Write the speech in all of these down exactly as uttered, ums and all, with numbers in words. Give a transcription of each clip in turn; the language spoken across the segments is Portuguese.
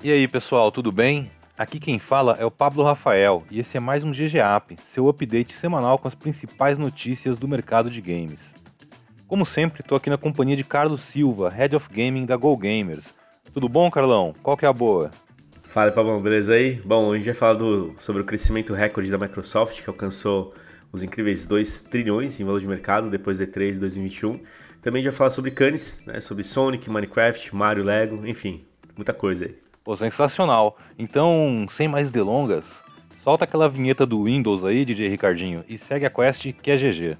E aí, pessoal, tudo bem? Aqui quem fala é o Pablo Rafael e esse é mais um G G A P, seu update semanal com as principais notícias do mercado de games. Como sempre, estou aqui na companhia de Carlos Silva, Head of Gaming da Go Gamers. Tudo bom, Carlão? Qual que é a boa? Fala, Pablo, beleza aí? Bom, hoje a gente vai falar do, sobre o crescimento recorde da Microsoft, que alcançou os incríveis dois trilhões em valor de mercado depois da E três de dois mil e vinte e um. Também a gente vai falar sobre Canis, né, sobre Sonic, Minecraft, Mario, Lego, enfim, muita coisa aí. Pô, sensacional. Então, sem mais delongas, solta aquela vinheta do Windows aí, D J Ricardinho, e segue a quest que é G G.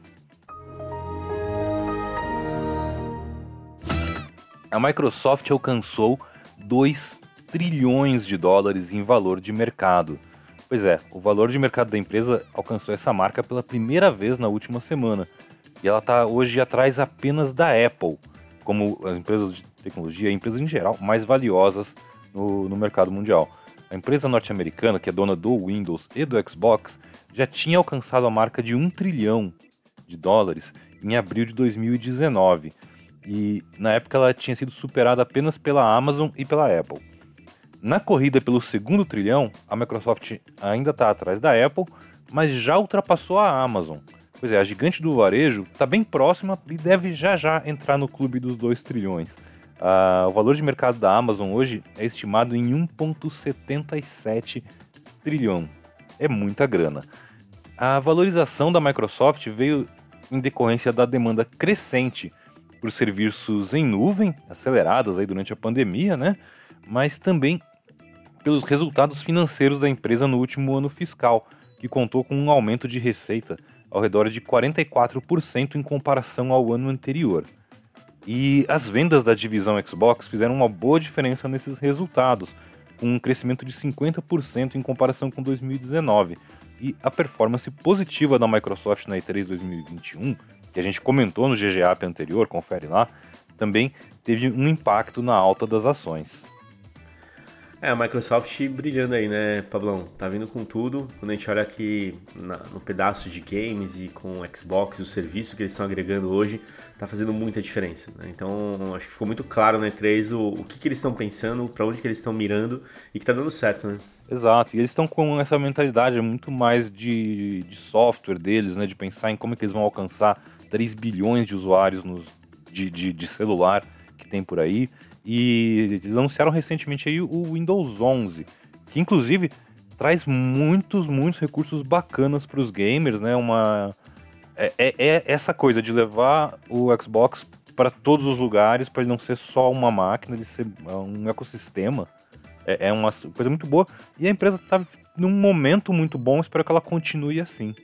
A Microsoft alcançou dois trilhões de dólares em valor de mercado. Pois é, o valor de mercado da empresa alcançou essa marca pela primeira vez na última semana. E ela está hoje atrás apenas da Apple, como as empresas de tecnologia, empresas em geral, mais valiosas no, no mercado mundial. A empresa norte-americana, que é dona do Windows e do Xbox, já tinha alcançado a marca de um trilhão de dólares em abril de dois mil e dezenove. E na época ela tinha sido superada apenas pela Amazon e pela Apple. Na corrida pelo segundo trilhão, a Microsoft ainda está atrás da Apple, mas já ultrapassou a Amazon. Pois é, a gigante do varejo está bem próxima e deve já já entrar no clube dos dois trilhões. Ah, o valor de mercado da Amazon hoje é estimado em um vírgula setenta e sete trilhão. É muita grana. A valorização da Microsoft veio em decorrência da demanda crescente por serviços em nuvem, aceleradas aí durante a pandemia, né? Mas também pelos resultados financeiros da empresa no último ano fiscal, que contou com um aumento de receita ao redor de quarenta e quatro por cento em comparação ao ano anterior. E as vendas da divisão Xbox fizeram uma boa diferença nesses resultados, com um crescimento de cinquenta por cento em comparação com dois mil e dezenove. E a performance positiva da Microsoft na E três dois mil e vinte e um, que a gente comentou no G G A P anterior, confere lá, também teve um impacto na alta das ações. É, a Microsoft brilhando aí, né, Pablão? Tá vindo com tudo. Quando a gente olha aqui na, no pedaço de games e com o Xbox e o serviço que eles estão agregando hoje, tá fazendo muita diferença, né? Então, acho que ficou muito claro na E três o, o que, que eles estão pensando, para onde que eles estão mirando e que tá dando certo, né? Exato, e eles estão com essa mentalidade muito mais de, de software deles, né, de pensar em como é que eles vão alcançar três bilhões de usuários nos, de, de, de celular que tem por aí. E lançaram recentemente aí o Windows onze, que inclusive traz muitos, muitos recursos bacanas para os gamers, né? Uma, é, é, é essa coisa de levar o Xbox para todos os lugares, para ele não ser só uma máquina, ele ser um ecossistema. É, é uma coisa muito boa. E a empresa está num momento muito bom, espero que ela continue assim.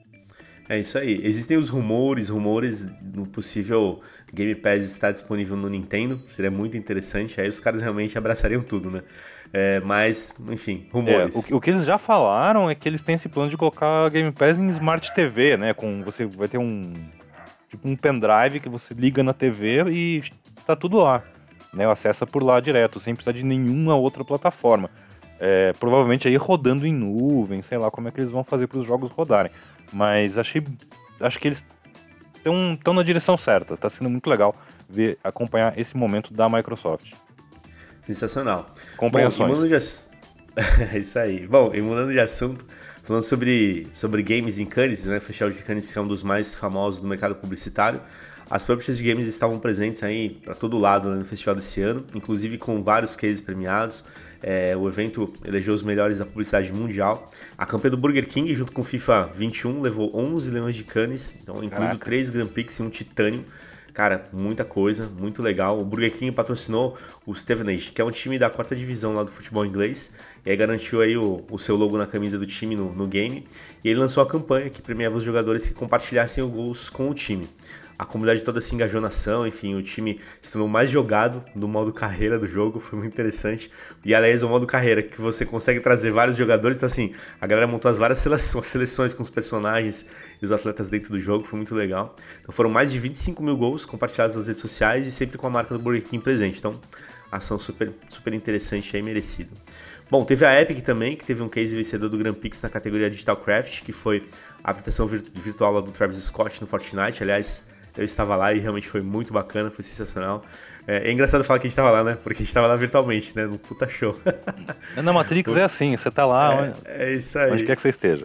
É isso aí. Existem os rumores, rumores no possível Game Pass estar disponível no Nintendo. Seria muito interessante. Aí os caras realmente abraçariam tudo, né? É, mas, enfim, rumores. É, o, o que eles já falaram é que eles têm esse plano de colocar Game Pass em Smart T V, né? Com, você vai ter um tipo um pendrive que você liga na T V e tá tudo lá. Né? Acessa por lá direto, sem precisar de nenhuma outra plataforma. É, provavelmente aí rodando em nuvem, sei lá como é que eles vão fazer para os jogos rodarem. Mas achei, acho que eles estão na direção certa. Tá sendo muito legal ver, acompanhar esse momento da Microsoft. Sensacional. Compreensões. Bom, e mudando de... é isso aí. Bom, e mudando de assunto, falando sobre, sobre games em Cannes, né? O Festival de Cannes, que é um dos mais famosos do mercado publicitário. As publishers de games estavam presentes aí para todo lado, né, no festival desse ano, inclusive com vários cases premiados. É, o evento elegeu os melhores da publicidade mundial. A campanha do Burger King, junto com FIFA vinte e um, levou onze leões de Cannes, então incluindo três Grand Prix e um Titânio. Cara, muita coisa, muito legal. O Burger King patrocinou o Stevenage, que é um time da quarta divisão lá do futebol inglês, e aí garantiu aí o, o seu logo na camisa do time no, no game. E ele lançou a campanha que premiava os jogadores que compartilhassem os gols com o time. A comunidade toda se engajou na ação, enfim, o time se tornou mais jogado no modo carreira do jogo, foi muito interessante. E aliás, o modo carreira, que você consegue trazer vários jogadores, então assim, a galera montou as várias seleções, seleções com os personagens e os atletas dentro do jogo, foi muito legal. Então foram mais de vinte e cinco mil gols compartilhados nas redes sociais e sempre com a marca do Burger King presente, então ação super, super interessante e merecida. Bom, teve a Epic também, que teve um case vencedor do Grand Prix na categoria Digital Craft, que foi a apresentação virtual lá do Travis Scott no Fortnite. Aliás, Eu estava lá e realmente foi muito bacana, foi sensacional. É, é engraçado falar que a gente estava lá, né? Porque a gente estava lá virtualmente, né? Num puta show. Na Matrix é assim, você tá lá É, onde, é isso aí. onde quer que você esteja.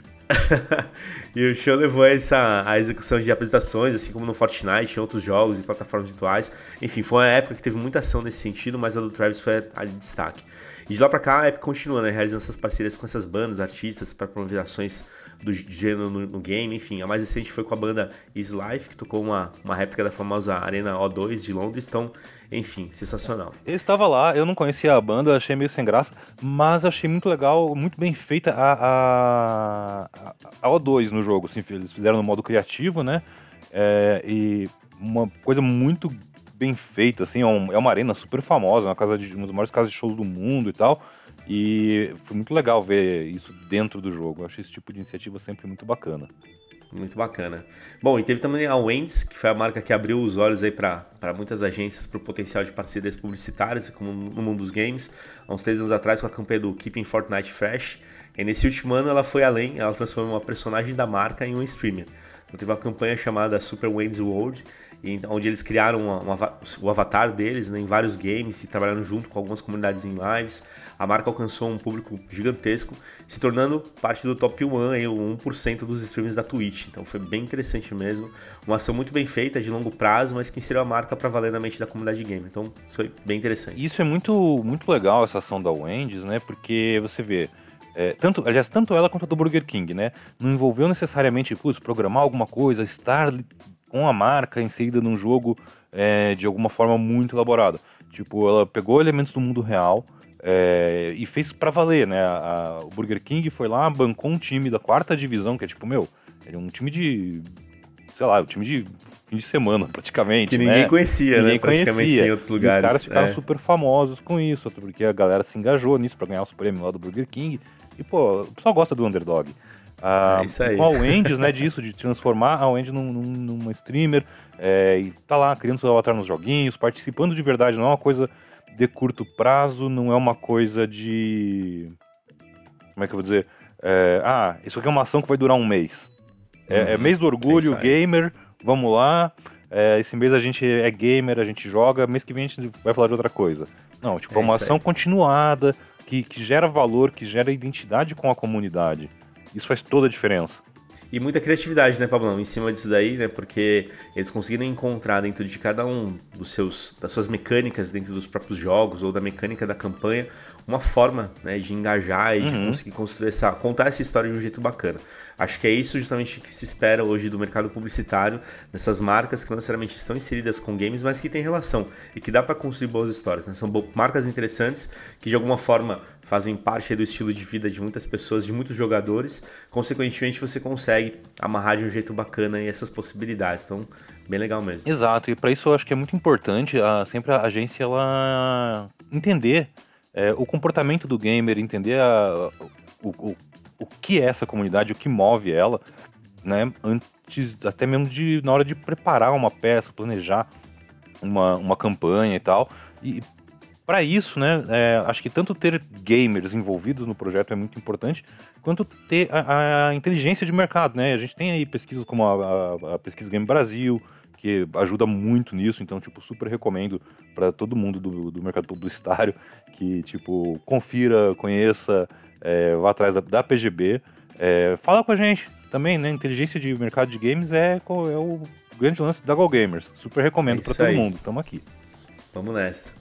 E o show levou a essa a execução de apresentações, assim como no Fortnite, em outros jogos e plataformas virtuais. Enfim, foi uma época que teve muita ação nesse sentido, mas a do Travis foi a de destaque. E de lá pra cá a Epic continua, né, realizando essas parcerias com essas bandas, artistas, para promover ações do gênero no, no game. Enfim, a mais recente foi com a banda Is Life, que tocou uma, uma réplica da famosa Arena O dois de Londres. Então, enfim, sensacional. Eu estava lá, eu não conhecia a banda, achei meio sem graça, mas achei muito legal, muito bem feita a, a, a O dois no jogo. Assim, eles fizeram no modo criativo, né? É, e uma coisa muito bem feita, assim, é, um, é uma arena super famosa, uma, casa de, uma das maiores casas de shows do mundo e tal. E foi muito legal ver isso dentro do jogo. Eu achei esse tipo de iniciativa sempre muito bacana. Muito bacana. Bom, e teve também a Wendy's, que foi a marca que abriu os olhos aí para muitas agências para o potencial de parcerias publicitárias como no mundo dos games. Há uns três anos atrás, com a campanha do Keeping Fortnite Fresh. E nesse último ano ela foi além, ela transformou uma personagem da marca em um streamer. Então teve uma campanha chamada Super Wendy's World, onde eles criaram uma, uma, o avatar deles, né, em vários games e trabalharam junto com algumas comunidades em lives. A marca alcançou um público gigantesco, se tornando parte do top um, aí, o um por cento dos streams da Twitch. Então foi bem interessante mesmo. Uma ação muito bem feita, de longo prazo, mas que inseriu a marca para valer na mente da comunidade gamer. Então isso foi bem interessante. Isso é muito, muito legal, essa ação da Wendy's, né? Porque você vê, é, tanto, aliás, tanto ela quanto a do Burger King, né? Não envolveu necessariamente, putz, programar alguma coisa, estar com a marca inserida num jogo é, de alguma forma muito elaborada. Tipo, ela pegou elementos do mundo real é, e fez pra valer, né? A, a, o Burger King foi lá, bancou um time da quarta divisão, que é tipo, meu, era um time de, sei lá, um time de fim de semana, praticamente, que ninguém né? conhecia, ninguém né? Praticamente conhecia. em outros lugares. E os caras ficaram é. super famosos com isso, porque a galera se engajou nisso pra ganhar os prêmios lá do Burger King. E, pô, o pessoal gosta do underdog. Ah, é isso aí. Com a Wendy's, né, disso, de transformar a Wendy's num, num, numa streamer, é, e tá lá criando seu avatar nos joguinhos, participando de verdade, não é uma coisa de curto prazo, não é uma coisa de... Como é que eu vou dizer? É, ah, isso aqui é uma ação que vai durar um mês. É, uhum. é mês do orgulho, é gamer, vamos lá, é, esse mês a gente é gamer, a gente joga, mês que vem a gente vai falar de outra coisa. Não, tipo, é uma ação aí. continuada, que, que gera valor, que gera identidade com a comunidade. Isso faz toda a diferença. E muita criatividade, né, Pablão, em cima disso daí, né, porque eles conseguiram encontrar dentro de cada um dos seus, das suas mecânicas dentro dos próprios jogos ou da mecânica da campanha, uma forma, né, de engajar e uhum. de conseguir construir essa, contar essa história de um jeito bacana. Acho que é isso justamente que se espera hoje do mercado publicitário, nessas marcas que não necessariamente estão inseridas com games, mas que têm relação e que dá para construir boas histórias, né? São marcas interessantes que de alguma forma fazem parte do estilo de vida de muitas pessoas, de muitos jogadores. Consequentemente, você consegue amarrar de um jeito bacana aí essas possibilidades. Então, bem legal mesmo. Exato, e para isso eu acho que é muito importante a, sempre a agência ela entender é, o comportamento do gamer, entender a, o, o, o que é essa comunidade, o que move ela, né? Antes até mesmo de na hora de preparar uma peça, planejar uma, uma campanha e tal. E para isso, né, é, acho que tanto ter gamers envolvidos no projeto é muito importante, quanto ter a, a inteligência de mercado, né? A gente tem aí pesquisas como a, a, a Pesquisa Game Brasil, que ajuda muito nisso, então, tipo, super recomendo para todo mundo do, do mercado publicitário que, tipo, confira, conheça, é, vá atrás da, da P G B, é, fala com a gente também, né? Inteligência de mercado de games é, é o grande lance da Go Gamers, super recomendo para todo aí. mundo, estamos aqui. Vamos nessa.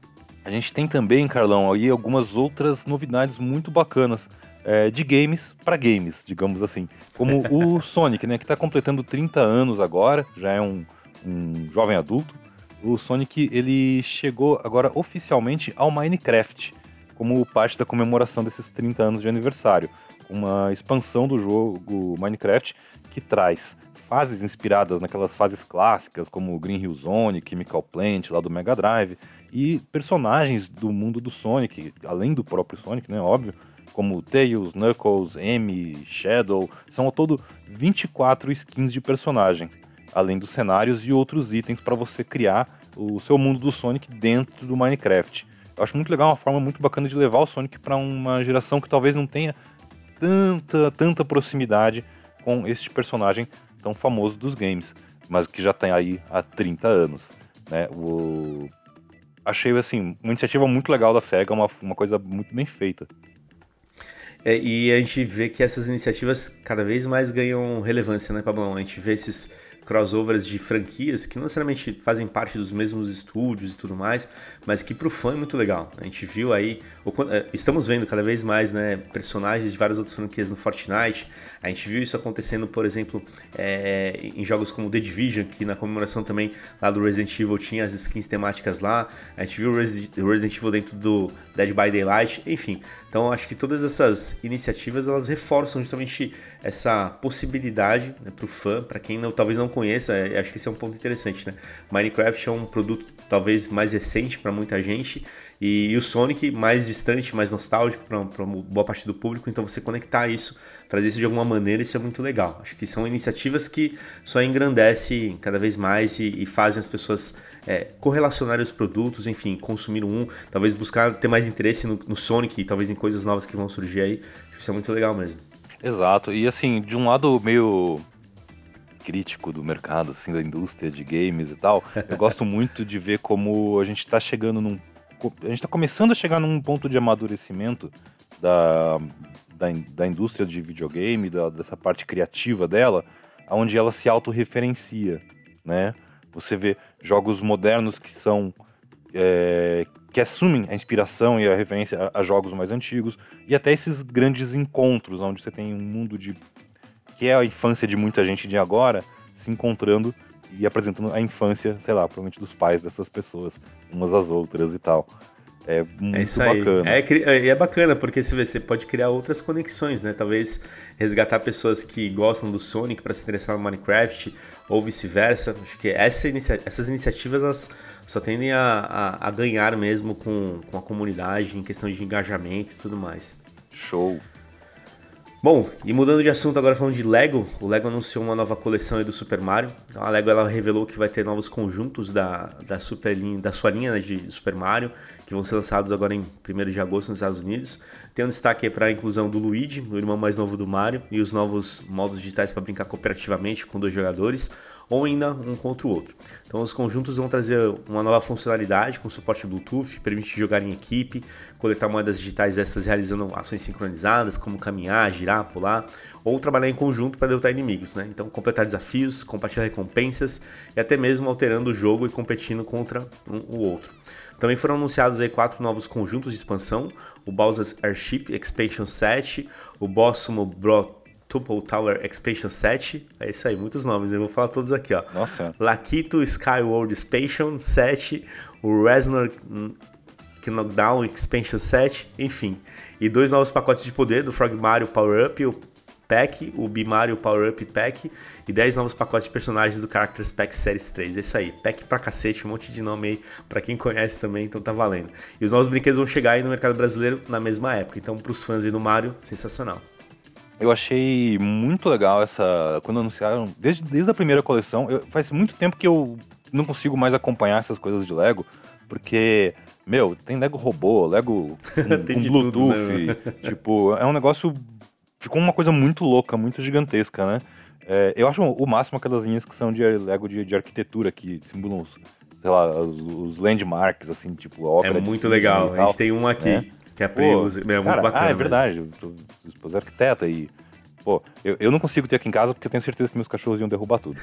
A gente tem também, Carlão, aí algumas outras novidades muito bacanas é, de games para games, digamos assim. Como o Sonic, né, que está completando trinta anos agora, já é um, um jovem adulto. O Sonic, ele chegou agora oficialmente ao Minecraft, como parte da comemoração desses trinta anos de aniversário. Uma expansão do jogo Minecraft que traz fases inspiradas naquelas fases clássicas, como Green Hill Zone, Chemical Plant, lá do Mega Drive, e personagens do mundo do Sonic, além do próprio Sonic, né, óbvio, como Tails, Knuckles, Amy, Shadow, são ao todo vinte e quatro skins de personagens, além dos cenários e outros itens para você criar o seu mundo do Sonic dentro do Minecraft. Eu acho muito legal, uma forma muito bacana de levar o Sonic para uma geração que talvez não tenha tanta, tanta proximidade com este personagem tão famoso dos games. mas que já tem aí há trinta anos, né? O... Achei, assim, uma iniciativa muito legal da SEGA, uma, uma coisa muito bem feita. É, e a gente vê que essas iniciativas cada vez mais ganham relevância, né, Pablão? A gente vê esses crossovers de franquias que não necessariamente fazem parte dos mesmos estúdios e tudo mais, mas que pro fã é muito legal. A gente viu aí, estamos vendo cada vez mais, né, personagens de várias outras franquias no Fortnite. A gente viu isso acontecendo, por exemplo, é, em jogos como The Division, que na comemoração também lá do Resident Evil tinha as skins temáticas lá. A gente viu o Resident, Resident Evil dentro do Dead by Daylight, enfim. Então acho que todas essas iniciativas elas reforçam justamente essa possibilidade, né, para o fã, para quem não, talvez não conheça, acho que esse é um ponto interessante, né? Minecraft é um produto talvez mais recente para muita gente e, e o Sonic mais distante, mais nostálgico para boa parte do público, então você conectar isso, trazer isso de alguma maneira, isso é muito legal. Acho que são iniciativas que só engrandecem cada vez mais e, e fazem as pessoas é, correlacionarem os produtos, enfim, consumir um, talvez buscar ter mais interesse no, no Sonic e talvez em coisas novas que vão surgir aí. Acho que isso é muito legal mesmo. Exato, e assim, de um lado meio crítico do mercado, assim, da indústria de games e tal, eu gosto muito de ver como a gente tá chegando num... A gente tá começando a chegar num ponto de amadurecimento da, da, da indústria de videogame, da, dessa parte criativa dela, onde ela se autorreferencia, né? Você vê jogos modernos que são... É, que assumem a inspiração e a referência a, a jogos mais antigos, e até esses grandes encontros, onde você tem um mundo de... que é a infância de muita gente de agora, se encontrando e apresentando a infância, sei lá, provavelmente dos pais dessas pessoas, umas às outras e tal. É muito é isso aí. Bacana. É, é bacana, porque você, vê, você pode criar outras conexões, né? Talvez resgatar pessoas que gostam do Sonic para se interessar no Minecraft, ou vice-versa. Acho que essa inicia- essas iniciativas, elas só tendem a, a, a ganhar mesmo com, com a comunidade, em questão de engajamento e tudo mais. Show! Bom, e mudando de assunto agora falando de Lego, o Lego anunciou uma nova coleção aí do Super Mario. Então a Lego ela revelou que vai ter novos conjuntos da, da, super linha, da sua linha, né, de Super Mario, que vão ser lançados agora em primeiro de agosto nos Estados Unidos. Tem um destaque aí para a inclusão do Luigi, o irmão mais novo do Mario, e os novos modos digitais para brincar cooperativamente com dois jogadores, ou ainda um contra o outro. Então os conjuntos vão trazer uma nova funcionalidade com suporte Bluetooth, permite jogar em equipe, coletar moedas digitais extras realizando ações sincronizadas, como caminhar, girar, pular, ou trabalhar em conjunto para derrotar inimigos, né? Então completar desafios, compartilhar recompensas e até mesmo alterando o jogo e competindo contra um, o outro. Também foram anunciados aí quatro novos conjuntos de expansão, o Bowser's Airship Expansion sete, o Boss Sumo Bro Tuple Tower Expansion sete, é isso aí, muitos nomes, eu vou falar todos aqui, ó. Nossa. Lakitu Skyward Expansion sete, o Reznor Knockdown Expansion sete, enfim. E dois novos pacotes de poder do Frog Mario Power Up, o Pack, o B-Mario Power Up Pack, e dez novos pacotes de personagens do Characters Pack Series três, é isso aí, pack pra cacete, um monte de nome aí, pra quem conhece também, então tá valendo. E os novos brinquedos vão chegar aí no mercado brasileiro na mesma época, então pros fãs aí do Mario, sensacional. Eu achei muito legal essa... Quando anunciaram... Desde, desde a primeira coleção, eu, faz muito tempo que eu não consigo mais acompanhar essas coisas de Lego, porque, meu, tem Lego robô, Lego com, com Bluetooth, tudo, né? Tipo, é um negócio... Ficou uma coisa muito louca, muito gigantesca, né? É, eu acho o máximo aquelas linhas que são de Lego de, de arquitetura, que simulam os, sei lá, os, os landmarks, assim, tipo... A ópera é muito legal, a gente tem um aqui... Né? Que é, pô, é muito cara, bacana. Ah, é verdade. Mesmo. Eu sou esposa arquiteta e... Pô, eu, eu não consigo ter aqui em casa porque eu tenho certeza que meus cachorros iam derrubar tudo.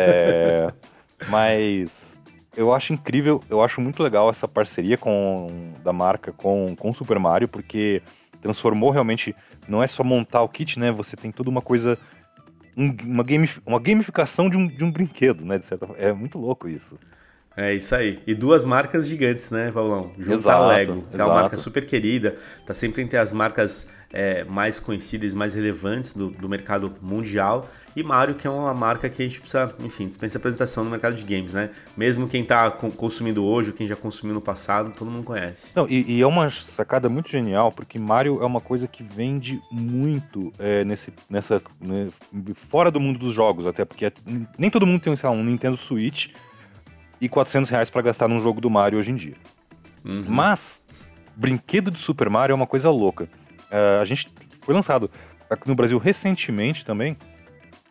É, mas eu acho incrível, eu acho muito legal essa parceria com, da marca com o Super Mario, porque transformou realmente... Não é só montar o kit, né? Você tem toda uma coisa... Um, uma, gamif, uma gamificação de um, de um brinquedo, né? De certa forma. É muito louco isso. É isso aí. E duas marcas gigantes, né, Paulão? Junto exato, a Lego, que exato. é uma marca super querida, tá sempre entre as marcas é, mais conhecidas, mais relevantes do, do mercado mundial. E Mario, que é uma marca que a gente precisa, enfim, dispensa apresentação no mercado de games, né? Mesmo quem tá consumindo hoje, ou quem já consumiu no passado, todo mundo conhece. Não, e, e é uma sacada muito genial, porque Mario é uma coisa que vende muito é, nesse, nessa, né, fora do mundo dos jogos, até porque é, nem todo mundo tem, sei lá, um Nintendo Switch e quatrocentos reais pra gastar num jogo do Mario hoje em dia. Uhum. Mas, brinquedo de Super Mario é uma coisa louca. Uh, a gente foi lançado aqui no Brasil recentemente também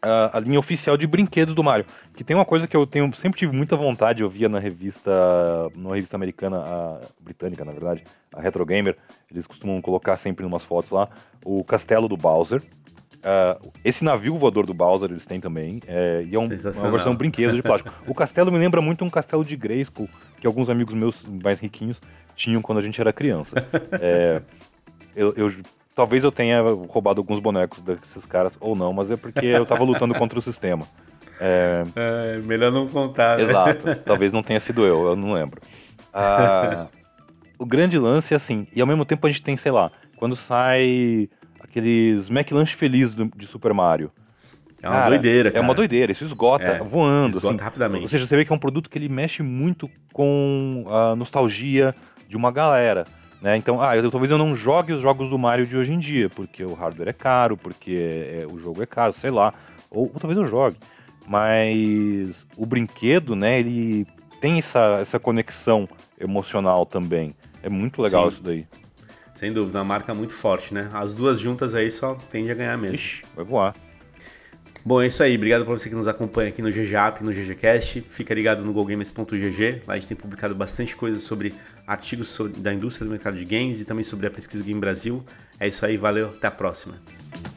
a, a linha oficial de brinquedos do Mario. Que tem uma coisa que eu tenho, sempre tive muita vontade, eu via na revista, numa revista americana, a britânica, na verdade, a Retro Gamer, eles costumam colocar sempre umas fotos lá, o castelo do Bowser. Uh, esse navio voador do Bowser eles têm também, é, e é um, uma versão brinquedo de plástico. O castelo me lembra muito um castelo de Grayskull, que alguns amigos meus mais riquinhos tinham quando a gente era criança. É, eu, eu, talvez eu tenha roubado alguns bonecos desses caras, ou não, mas é porque eu tava lutando contra o sistema. É, é melhor não contar, né? Exato, talvez não tenha sido eu, eu não lembro. Uh, o grande lance é assim, e ao mesmo tempo a gente tem, sei lá, quando sai aqueles McLanche Feliz do, de Super Mario. É uma cara, doideira, cara. É uma doideira, isso esgota é, voando. Esgota assim. rapidamente. Ou seja, você vê que é um produto que ele mexe muito com a nostalgia de uma galera. Né? Então, ah, eu, talvez eu não jogue os jogos do Mario de hoje em dia, porque o hardware é caro, porque é, o jogo é caro, sei lá. Ou, ou talvez eu jogue. Mas o brinquedo, né, ele tem essa, essa conexão emocional também. É muito legal. Sim. Isso daí. Sem dúvida, uma marca muito forte, né? As duas juntas aí só tende a ganhar mesmo. Ixi, vai voar. Bom, é isso aí. Obrigado por você que nos acompanha aqui no G G App, no GGCast. Fica ligado no GoGamers ponto g g. Lá a gente tem publicado bastante coisa sobre artigos da indústria do mercado de games e também sobre a pesquisa Game Brasil. É isso aí, valeu, até a próxima.